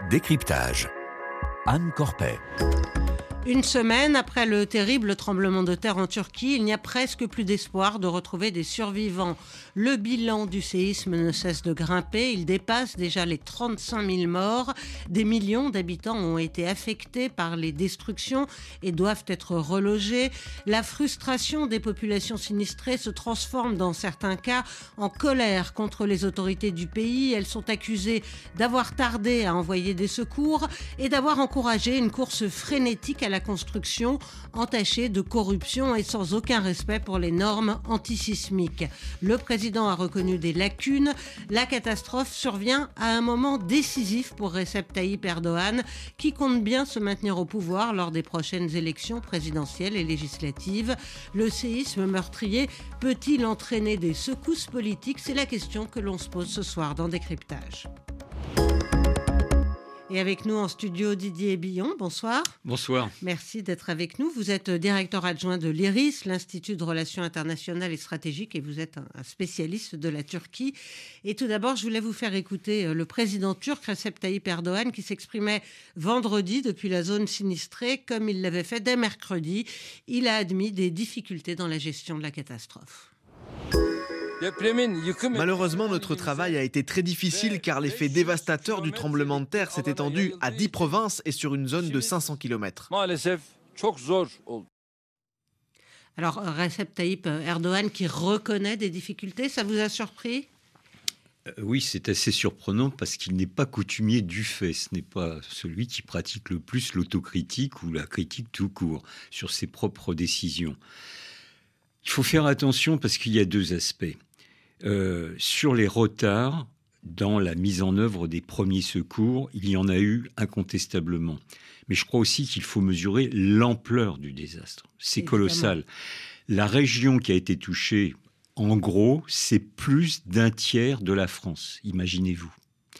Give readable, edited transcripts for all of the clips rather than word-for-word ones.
Décryptage. Anne Corpet. Une semaine après le terrible tremblement de terre en Turquie, il n'y a presque plus d'espoir de retrouver des survivants. Le bilan du séisme ne cesse de grimper. Il dépasse déjà les 35 000 morts. Des millions d'habitants ont été affectés par les destructions et doivent être relogés. La frustration des populations sinistrées se transforme dans certains cas en colère contre les autorités du pays. Elles sont accusées d'avoir tardé à envoyer des secours et d'avoir encouragé une course frénétique à la construction, entachée de corruption et sans aucun respect pour les normes antisismiques. Le président a reconnu des lacunes. La catastrophe survient à un moment décisif pour Recep Tayyip Erdogan, qui compte bien se maintenir au pouvoir lors des prochaines élections présidentielles et législatives. Le séisme meurtrier peut-il entraîner des secousses politiques ? C'est la question que l'on se pose ce soir dans Décryptage. Et avec nous en studio, Didier Billon, bonsoir. Bonsoir. Merci d'être avec nous. Vous êtes directeur adjoint de l'IRIS, l'Institut de Relations internationales et stratégiques, et vous êtes un spécialiste de la Turquie. Et tout d'abord, je voulais vous faire écouter le président turc, Recep Tayyip Erdogan, qui s'exprimait vendredi depuis la zone sinistrée, comme il l'avait fait dès mercredi. Il a admis des difficultés dans la gestion de la catastrophe. Malheureusement, notre travail a été très difficile car l'effet dévastateur du tremblement de terre s'est étendu à 10 provinces et sur une zone de 500 km. Alors, Recep Tayyip Erdogan qui reconnaît des difficultés, ça vous a surpris ? Oui, c'est assez surprenant parce qu'il n'est pas coutumier du fait. Ce n'est pas celui qui pratique le plus l'autocritique ou la critique tout court sur ses propres décisions. Il faut faire attention parce qu'il y a deux aspects. Sur les retards dans la mise en œuvre des premiers secours, il y en a eu incontestablement. Mais je crois aussi qu'il faut mesurer l'ampleur du désastre. C'est colossal. La région qui a été touchée, en gros, c'est plus d'un tiers de la France, imaginez-vous.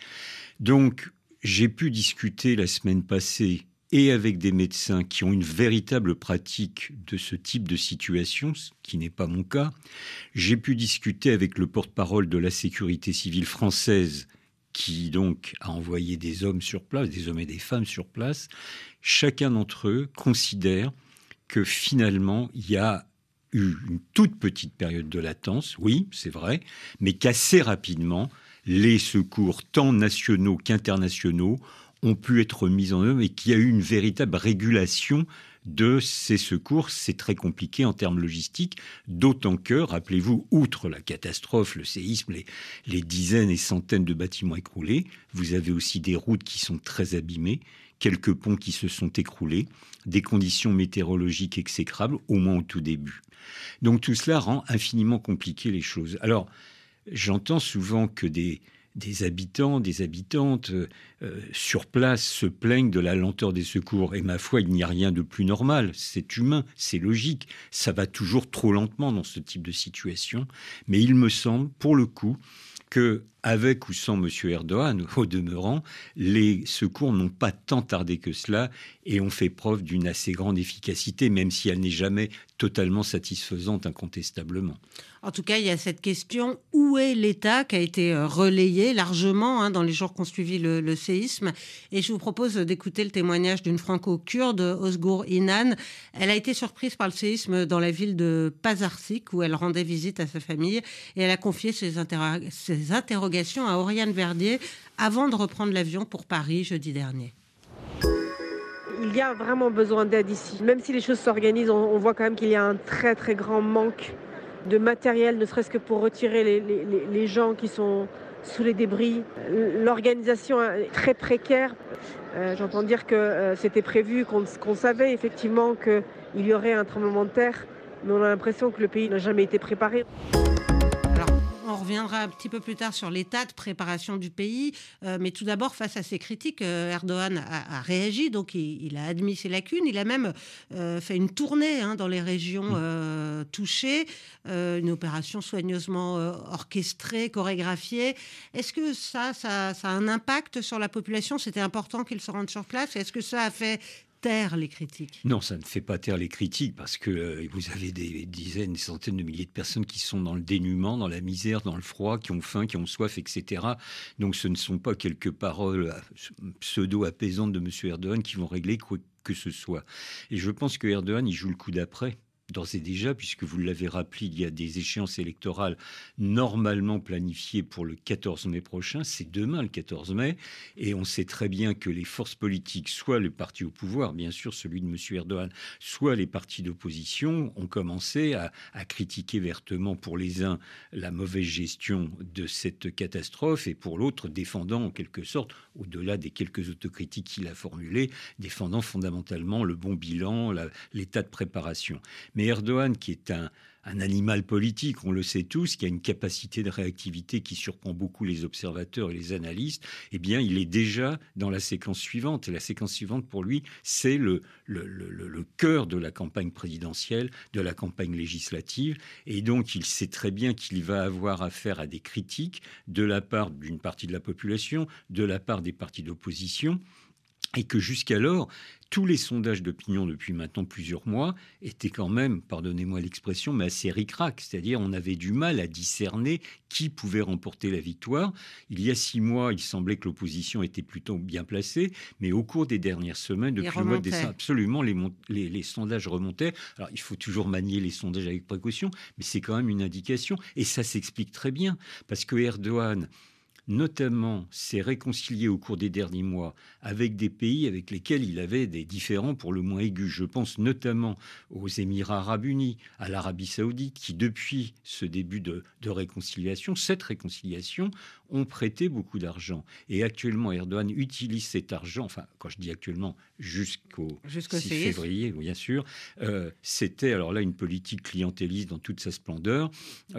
Donc, j'ai pu discuter la semaine passée et avec des médecins qui ont une véritable pratique de ce type de situation, ce qui n'est pas mon cas. J'ai pu discuter avec le porte-parole de la sécurité civile française, qui donc a envoyé des hommes sur place, des hommes et des femmes sur place. Chacun d'entre eux considère que finalement, il y a eu une toute petite période de latence, oui, c'est vrai, mais qu'assez rapidement, les secours, tant nationaux qu'internationaux, ont pu être mis en œuvre et qu'il y a eu une véritable régulation de ces secours. C'est très compliqué en termes logistiques, d'autant que, rappelez-vous, outre la catastrophe, le séisme, les dizaines et centaines de bâtiments écroulés, vous avez aussi des routes qui sont très abîmées, quelques ponts qui se sont écroulés, des conditions météorologiques exécrables, au moins au tout début. Donc tout cela rend infiniment compliqué les choses. Alors, j'entends souvent que des habitants, des habitantes sur place se plaignent de la lenteur des secours. Et ma foi, il n'y a rien de plus normal. C'est humain, c'est logique. Ça va toujours trop lentement dans ce type de situation. Mais il me semble, pour le coup, qu'avec ou sans M. Erdogan, au demeurant, les secours n'ont pas tant tardé que cela et ont fait preuve d'une assez grande efficacité, même si elle n'est jamais totalement satisfaisante, incontestablement. En tout cas, il y a cette question, où est l'État, qui a été relayée largement dans les jours qui ont suivi le séisme. Et je vous propose d'écouter le témoignage d'une franco-kurde, Özgur İnan. Elle a été surprise par le séisme dans la ville de Pazarcık, où elle rendait visite à sa famille. Et elle a confié ses interrogations à Oriane Verdier avant de reprendre l'avion pour Paris jeudi dernier. Il y a vraiment besoin d'aide ici. Même si les choses s'organisent, on voit quand même qu'il y a un très très grand manque de matériel, ne serait-ce que pour retirer les gens qui sont sous les débris. L'organisation est très précaire. J'entends dire que c'était prévu, qu'on savait effectivement qu'il y aurait un tremblement de terre, mais on a l'impression que le pays n'a jamais été préparé. On reviendra un petit peu plus tard sur l'état de préparation du pays. Mais tout d'abord, face à ces critiques, Erdogan a réagi. Donc, il a admis ses lacunes. Il a même fait une tournée dans les régions touchées. Une opération soigneusement orchestrée, chorégraphiée. Est-ce que ça a un impact sur la population ? C'était important qu'il se rende sur place. Est-ce que ça a fait taire les critiques. Non, ça ne fait pas taire les critiques parce que vous avez des dizaines, des centaines de milliers de personnes qui sont dans le dénuement, dans la misère, dans le froid, qui ont faim, qui ont soif, etc. Donc ce ne sont pas quelques paroles pseudo-apaisantes de M. Erdogan qui vont régler quoi que ce soit. Et je pense que Erdogan, il joue le coup d'après. D'ores et déjà, puisque vous l'avez rappelé, il y a des échéances électorales normalement planifiées pour le 14 mai prochain. C'est demain, le 14 mai. Et on sait très bien que les forces politiques, soit le parti au pouvoir, bien sûr, celui de M. Erdogan, soit les partis d'opposition, ont commencé à critiquer vertement pour les uns la mauvaise gestion de cette catastrophe et pour l'autre, défendant en quelque sorte, au-delà des quelques autocritiques qu'il a formulées, défendant fondamentalement le bon bilan, l'état de préparation. Mais Erdogan, qui est un animal politique, on le sait tous, qui a une capacité de réactivité qui surprend beaucoup les observateurs et les analystes, eh bien, il est déjà dans la séquence suivante. Et la séquence suivante, pour lui, c'est le cœur de la campagne présidentielle, de la campagne législative. Et donc, il sait très bien qu'il va avoir affaire à des critiques de la part d'une partie de la population, de la part des partis d'opposition, et que jusqu'alors, tous les sondages d'opinion depuis maintenant plusieurs mois étaient quand même, pardonnez-moi l'expression, mais assez ric-rac. C'est-à-dire on avait du mal à discerner qui pouvait remporter la victoire. Il y a 6 mois, il semblait que l'opposition était plutôt bien placée, mais au cours des dernières semaines, depuis le mois de décembre, absolument, les sondages remontaient. Alors il faut toujours manier les sondages avec précaution, mais c'est quand même une indication. Et ça s'explique très bien, parce que Erdogan, notamment, s'est réconcilié au cours des derniers mois avec des pays avec lesquels il avait des différends pour le moins aigus. Je pense notamment aux Émirats arabes unis, à l'Arabie saoudite, qui depuis ce début de réconciliation, cette réconciliation, ont prêté beaucoup d'argent. Et actuellement, Erdogan utilise cet argent, enfin, quand je dis actuellement, jusqu'au 6 février, bien sûr, c'était alors là une politique clientéliste dans toute sa splendeur,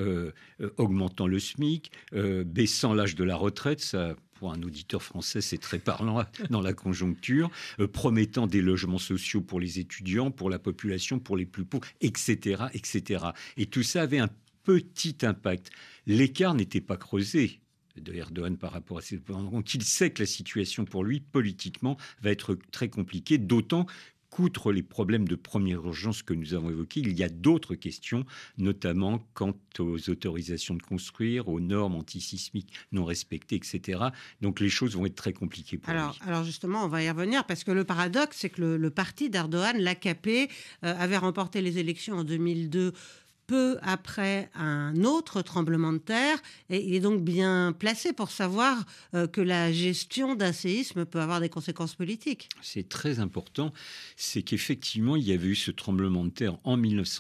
augmentant le SMIC, baissant l'âge de la retraite, ça, pour un auditeur français, c'est très parlant dans la conjoncture, promettant des logements sociaux pour les étudiants, pour la population, pour les plus pauvres, etc., etc. Et tout ça avait un petit impact. L'écart n'était pas creusé de Erdogan par rapport à ses... Donc il sait que la situation pour lui, politiquement, va être très compliquée, d'autant qu'outre les problèmes de première urgence que nous avons évoqués, il y a d'autres questions, notamment quant aux autorisations de construire, aux normes antisismiques non respectées, etc. Donc les choses vont être très compliquées pour lui. Alors justement, on va y revenir, parce que le paradoxe, c'est que le parti d'Erdogan, l'AKP, avait remporté les élections en 2002, peu après un autre tremblement de terre, et il est donc bien placé pour savoir que la gestion d'un séisme peut avoir des conséquences politiques. C'est très important, c'est qu'effectivement, il y avait eu ce tremblement de terre en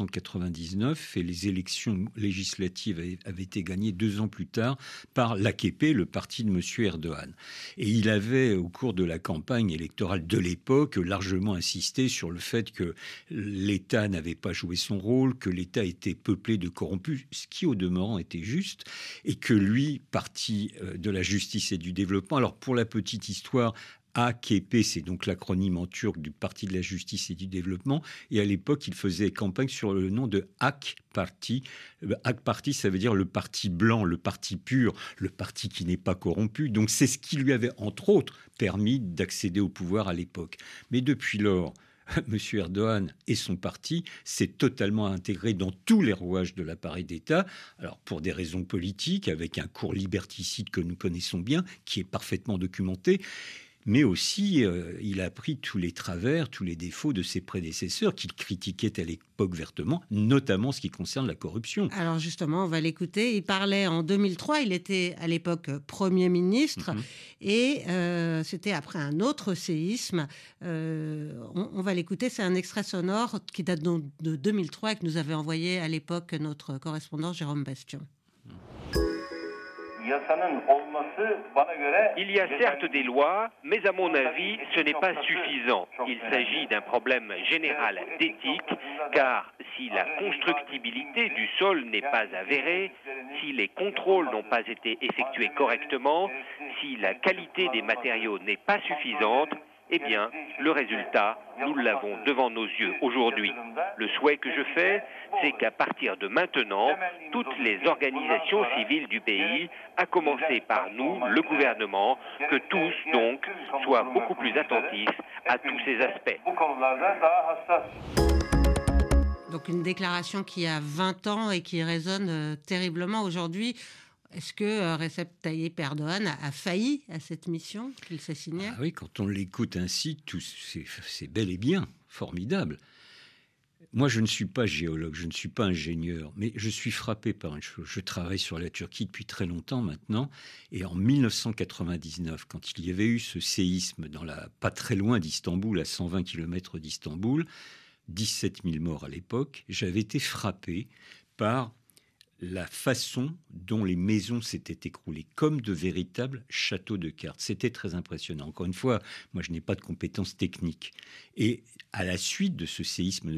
1999 et les élections législatives avaient été gagnées 2 ans plus tard par l'AKP, le parti de M. Erdogan. Et il avait, au cours de la campagne électorale de l'époque, largement insisté sur le fait que l'État n'avait pas joué son rôle, que l'État était peuplé de corrompus, ce qui au demeurant était juste, et que lui, parti de la justice et du développement, alors pour la petite histoire, AKP, c'est donc l'acronyme en turc du Parti de la Justice et du Développement. Et à l'époque, il faisait campagne sur le nom de AK Parti. AK Parti, ça veut dire le parti blanc, le parti pur, le parti qui n'est pas corrompu. Donc c'est ce qui lui avait, entre autres, permis d'accéder au pouvoir à l'époque. Mais depuis lors, M. Erdogan et son parti s'est totalement intégré dans tous les rouages de l'appareil d'État, alors pour des raisons politiques, avec un cours liberticide que nous connaissons bien, qui est parfaitement documenté, mais aussi il a pris tous les travers, tous les défauts de ses prédécesseurs qu'il critiquait à l'époque vertement, notamment ce qui concerne la corruption. Alors justement, on va l'écouter. Il parlait en 2003, il était à l'époque Premier ministre, et c'était après un autre séisme. On va l'écouter, c'est un extrait sonore qui date donc de 2003 et que nous avait envoyé à l'époque notre correspondant Jérôme Bastion. Il y a certes des lois, mais à mon avis, ce n'est pas suffisant. Il s'agit d'un problème général d'éthique, car si la constructibilité du sol n'est pas avérée, si les contrôles n'ont pas été effectués correctement, si la qualité des matériaux n'est pas suffisante, Eh bien, le résultat, nous l'avons devant nos yeux aujourd'hui. Le souhait que je fais, c'est qu'à partir de maintenant, toutes les organisations civiles du pays, à commencer par nous, le gouvernement, que tous, donc, soient beaucoup plus attentifs à tous ces aspects. Donc une déclaration qui a 20 ans et qui résonne terriblement aujourd'hui. Est-ce que Recep Tayyip Erdogan a failli à cette mission qu'il s'est signée ? Ah oui, quand on l'écoute ainsi, c'est bel et bien formidable. Moi, je ne suis pas géologue, je ne suis pas ingénieur, mais je suis frappé par une chose. Je travaille sur la Turquie depuis très longtemps maintenant, et en 1999, quand il y avait eu ce séisme pas très loin d'Istanbul, à 120 km d'Istanbul, 17 000 morts à l'époque, j'avais été frappé par la façon dont les maisons s'étaient écroulées, comme de véritables châteaux de cartes. C'était très impressionnant. Encore une fois, moi, je n'ai pas de compétences techniques. Et à la suite de ce séisme de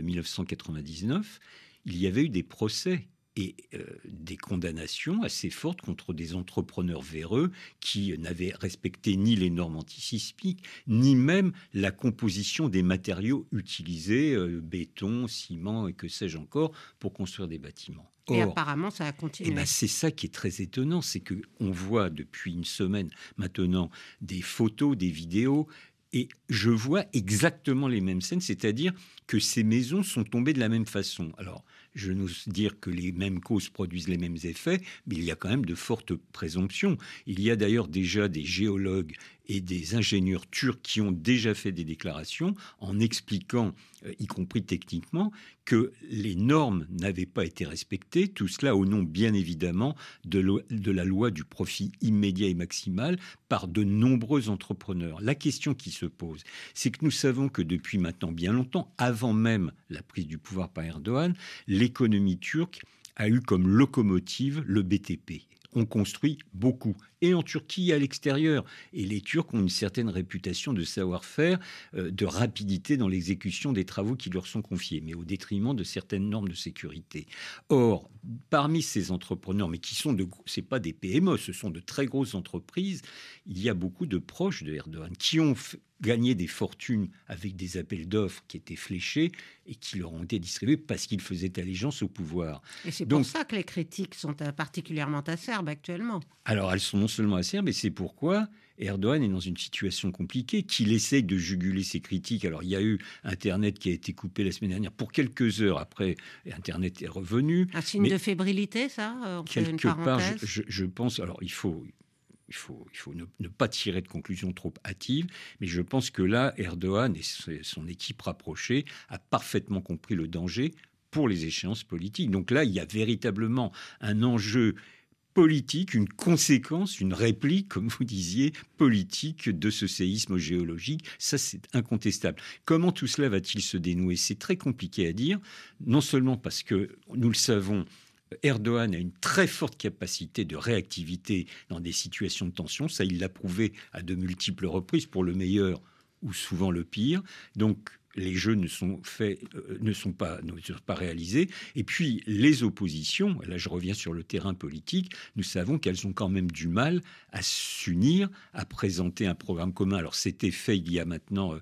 1999, il y avait eu des procès et des condamnations assez fortes contre des entrepreneurs véreux qui n'avaient respecté ni les normes antisismiques, ni même la composition des matériaux utilisés, béton, ciment et que sais-je encore, pour construire des bâtiments. Et apparemment, ça a continué. C'est ça qui est très étonnant, c'est qu'on voit depuis une semaine maintenant des photos, des vidéos, et je vois exactement les mêmes scènes, c'est-à-dire que ces maisons sont tombées de la même façon. Alors, je n'ose dire que les mêmes causes produisent les mêmes effets, mais il y a quand même de fortes présomptions. Il y a d'ailleurs déjà des géologues et des ingénieurs turcs qui ont déjà fait des déclarations en expliquant, y compris techniquement, que les normes n'avaient pas été respectées, tout cela au nom bien évidemment de la loi du profit immédiat et maximal par de nombreux entrepreneurs. La question qui se pose, c'est que nous savons que depuis maintenant bien longtemps, avant même la prise du pouvoir par Erdogan, l'économie turque a eu comme locomotive le BTP. On construit beaucoup, et en Turquie et à l'extérieur. Et les Turcs ont une certaine réputation de savoir-faire, de rapidité dans l'exécution des travaux qui leur sont confiés, mais au détriment de certaines normes de sécurité. Or, parmi ces entrepreneurs, mais qui sont c'est pas des PME, ce sont de très grosses entreprises, il y a beaucoup de proches de Erdogan qui ont gagné des fortunes avec des appels d'offres qui étaient fléchés et qui leur ont été distribués parce qu'ils faisaient allégeance au pouvoir. Et c'est pour ça que les critiques sont particulièrement acerbes actuellement. Alors, elles sont non seulement acerbes, mais c'est pourquoi Erdogan est dans une situation compliquée, qu'il essaye de juguler ses critiques. Alors, il y a eu Internet qui a été coupé la semaine dernière pour quelques heures. Après, Internet est revenu. Un signe de fébrilité, ça ? Quelque part, je pense... Alors, il faut ne pas tirer de conclusions trop hâtives, mais je pense que là, Erdogan et son équipe rapprochée a parfaitement compris le danger pour les échéances politiques. Donc là, il y a véritablement un enjeu politique, une conséquence, une réplique, comme vous disiez, politique de ce séisme géologique. Ça, c'est incontestable. Comment tout cela va-t-il se dénouer ? C'est très compliqué à dire, non seulement parce que, nous le savons, Erdogan a une très forte capacité de réactivité dans des situations de tension. Ça, il l'a prouvé à de multiples reprises, pour le meilleur ou souvent le pire. Donc, les jeux ne sont pas réalisés. Et puis, les oppositions, et là je reviens sur le terrain politique, nous savons qu'elles ont quand même du mal à s'unir, à présenter un programme commun. Alors, c'était fait il y a maintenant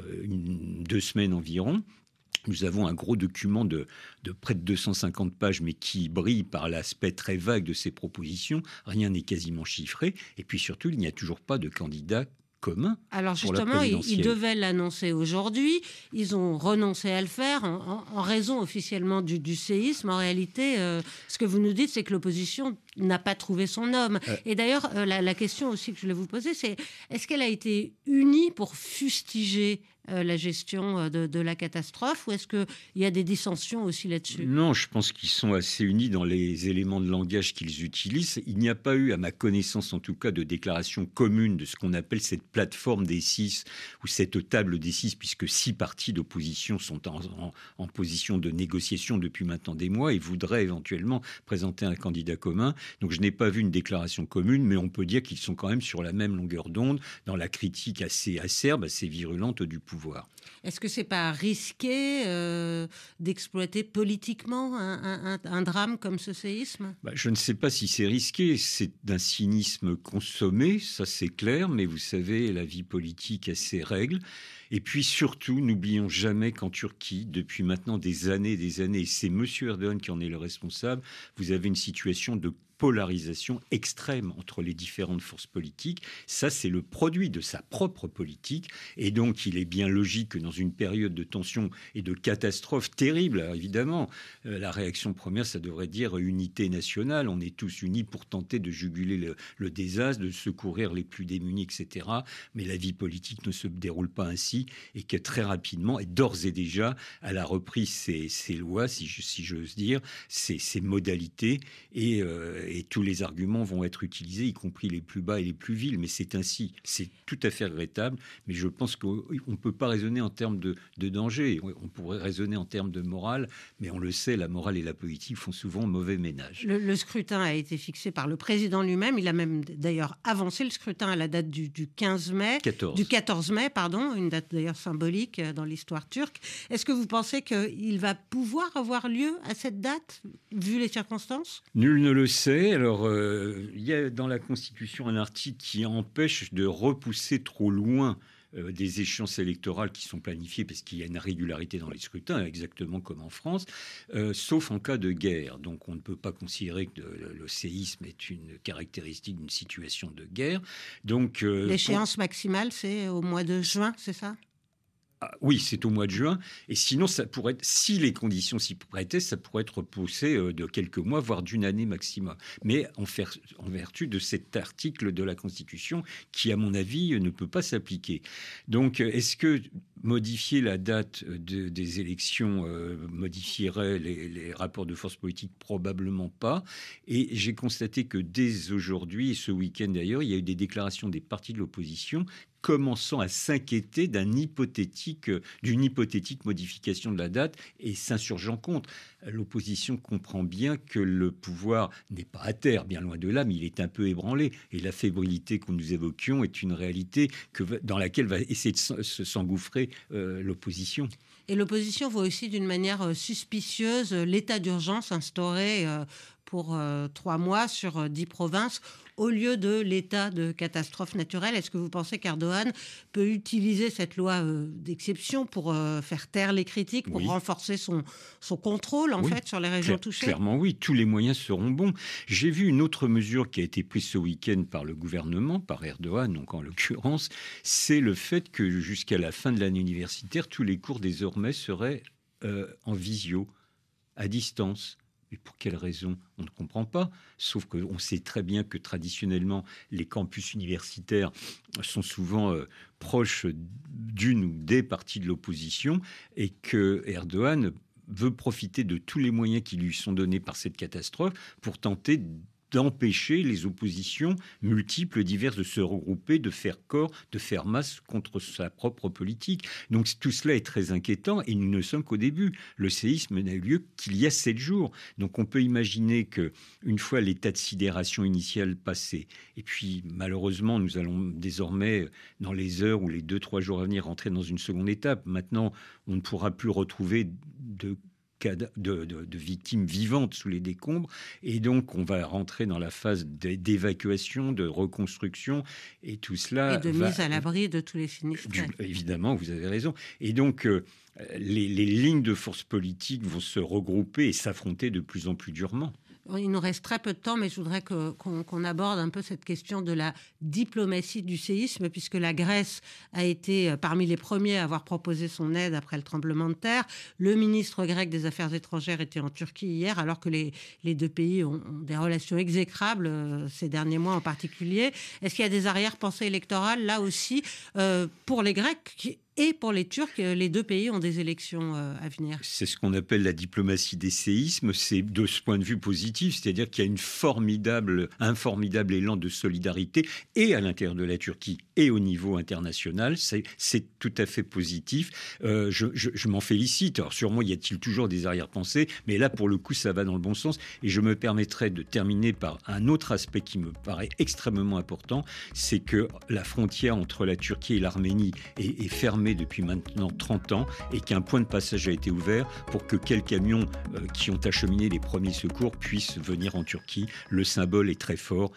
2 semaines environ. Nous avons un gros document de près de 250 pages, mais qui brille par l'aspect très vague de ces propositions. Rien n'est quasiment chiffré. Et puis surtout, il n'y a toujours pas de candidat commun. Alors justement, ils devaient l'annoncer aujourd'hui. Ils ont renoncé à le faire en raison officiellement du séisme. En réalité, ce que vous nous dites, c'est que l'opposition n'a pas trouvé son homme. Et d'ailleurs, la question aussi que je voulais vous poser, c'est est-ce qu'elle a été unie pour fustiger la gestion de la catastrophe, ou est-ce qu'il y a des dissensions aussi là-dessus ? Non, je pense qu'ils sont assez unis dans les éléments de langage qu'ils utilisent. Il n'y a pas eu, à ma connaissance en tout cas, de déclaration commune de ce qu'on appelle cette plateforme des 6, ou cette table des 6, puisque 6 partis d'opposition sont en position de négociation depuis maintenant des mois et voudraient éventuellement présenter un candidat commun. Donc je n'ai pas vu une déclaration commune, mais on peut dire qu'ils sont quand même sur la même longueur d'onde dans la critique assez acerbe, assez virulente du pouvoir pouvoir. Est-ce que c'est pas risqué d'exploiter politiquement un drame comme ce séisme ? Je ne sais pas si c'est risqué. C'est d'un cynisme consommé, ça c'est clair. Mais vous savez, la vie politique a ses règles. Et puis surtout, n'oublions jamais qu'en Turquie, depuis maintenant des années, et c'est M. Erdogan qui en est le responsable, vous avez une situation de polarisation extrême entre les différentes forces politiques. Ça, c'est le produit de sa propre politique. Et donc, il est bien logique que dans une période de tension et de catastrophe terrible, alors évidemment, la réaction première, ça devrait dire unité nationale. On est tous unis pour tenter de juguler le désastre, de secourir les plus démunis, etc. Mais la vie politique ne se déroule pas ainsi et que très rapidement, et d'ores et déjà, elle a repris ses lois, si j'ose dire, ses modalités et tous les arguments vont être utilisés, y compris les plus bas et les plus vils. Mais c'est ainsi. C'est tout à fait regrettable. Mais je pense qu'on ne peut pas raisonner en termes de danger. On pourrait raisonner en termes de morale. Mais on le sait, la morale et la politique font souvent mauvais ménage. Le scrutin a été fixé par le président lui-même. Il a même d'ailleurs avancé le scrutin à la date du 15 mai. 14. Du 14 mai, pardon. Une date d'ailleurs symbolique dans l'histoire turque. Est-ce que vous pensez qu'il va pouvoir avoir lieu à cette date, vu les circonstances ? Nul ne le sait. Alors, il y a dans la Constitution un article qui empêche de repousser trop loin des échéances électorales qui sont planifiées parce qu'il y a une régularité dans les scrutins, exactement comme en France, sauf en cas de guerre. Donc, on ne peut pas considérer que le séisme est une caractéristique d'une situation de guerre. Donc, l'échéance maximale, c'est au mois de juin, c'est ça ? Oui, c'est au mois de juin. Et sinon, ça pourrait être, si les conditions s'y prêtaient, ça pourrait être repoussé de quelques mois, voire d'une année maximum. Mais en vertu de cet article de la Constitution qui, à mon avis, ne peut pas s'appliquer. Donc, est-ce que modifier la date des élections modifierait les rapports de force politique ? Probablement pas. Et j'ai constaté que dès aujourd'hui, et ce week-end d'ailleurs, il y a eu des déclarations des partis de l'opposition commençant à s'inquiéter d'une hypothétique modification de la date et s'insurgeant contre. L'opposition comprend bien que le pouvoir n'est pas à terre, bien loin de là, mais il est un peu ébranlé. Et la fébrilité que nous évoquions est une réalité dans laquelle va essayer de s'engouffrer l'opposition. Et l'opposition voit aussi d'une manière suspicieuse l'état d'urgence instauré pour 3 mois sur 10 provinces au lieu de l'état de catastrophe naturelle. Est-ce que vous pensez qu'Erdogan peut utiliser cette loi d'exception pour faire taire les critiques, pour renforcer son contrôle fait sur les régions touchées ? Clairement oui, tous les moyens seront bons. J'ai vu une autre mesure qui a été prise ce week-end par le gouvernement, par Erdogan donc en l'occurrence, c'est le fait que jusqu'à la fin de l'année universitaire, tous les cours désormais seraient en visio, à distance. Et pour quelle raison ? On ne comprend pas. Sauf qu'on sait très bien que traditionnellement, les campus universitaires sont souvent proches d'une ou des partis de l'opposition et que Erdogan veut profiter de tous les moyens qui lui sont donnés par cette catastrophe pour tenter d'empêcher les oppositions multiples, diverses, de se regrouper, de faire corps, de faire masse contre sa propre politique. Donc tout cela est très inquiétant et nous ne sommes qu'au début. Le séisme n'a eu lieu qu'il y a 7 jours. Donc on peut imaginer qu'une fois l'état de sidération initial passé, et puis malheureusement nous allons désormais, dans les heures ou les 2-3 jours à venir, rentrer dans une seconde étape. Maintenant, on ne pourra plus retrouver de victimes vivantes sous les décombres. Et donc, on va rentrer dans la phase d'évacuation, de reconstruction. Et tout cela... Et de mise à l'abri de tous les sinistrés. Évidemment, vous avez raison. Et donc, les lignes de force politique vont se regrouper et s'affronter de plus en plus durement. Il nous reste très peu de temps, mais je voudrais qu'on aborde un peu cette question de la diplomatie du séisme, puisque la Grèce a été parmi les premiers à avoir proposé son aide après le tremblement de terre. Le ministre grec des Affaires étrangères était en Turquie hier, alors que les deux pays ont des relations exécrables ces derniers mois en particulier. Est-ce qu'il y a des arrière-pensées électorales, là aussi, pour les Grecs et pour les Turcs? Les deux pays ont des élections à venir. C'est ce qu'on appelle la diplomatie des séismes. C'est de ce point de vue positif, c'est-à-dire qu'il y a un formidable élan de solidarité et à l'intérieur de la Turquie et au niveau international. C'est tout à fait positif. Je m'en félicite. Alors sûrement y a-t-il toujours des arrière-pensées, mais là pour le coup ça va dans le bon sens. Et je me permettrai de terminer par un autre aspect qui me paraît extrêmement important, c'est que la frontière entre la Turquie et l'Arménie est fermée fermée depuis maintenant 30 ans et qu'un point de passage a été ouvert pour que quelques camions qui ont acheminé les premiers secours puissent venir en Turquie. Le symbole est très fort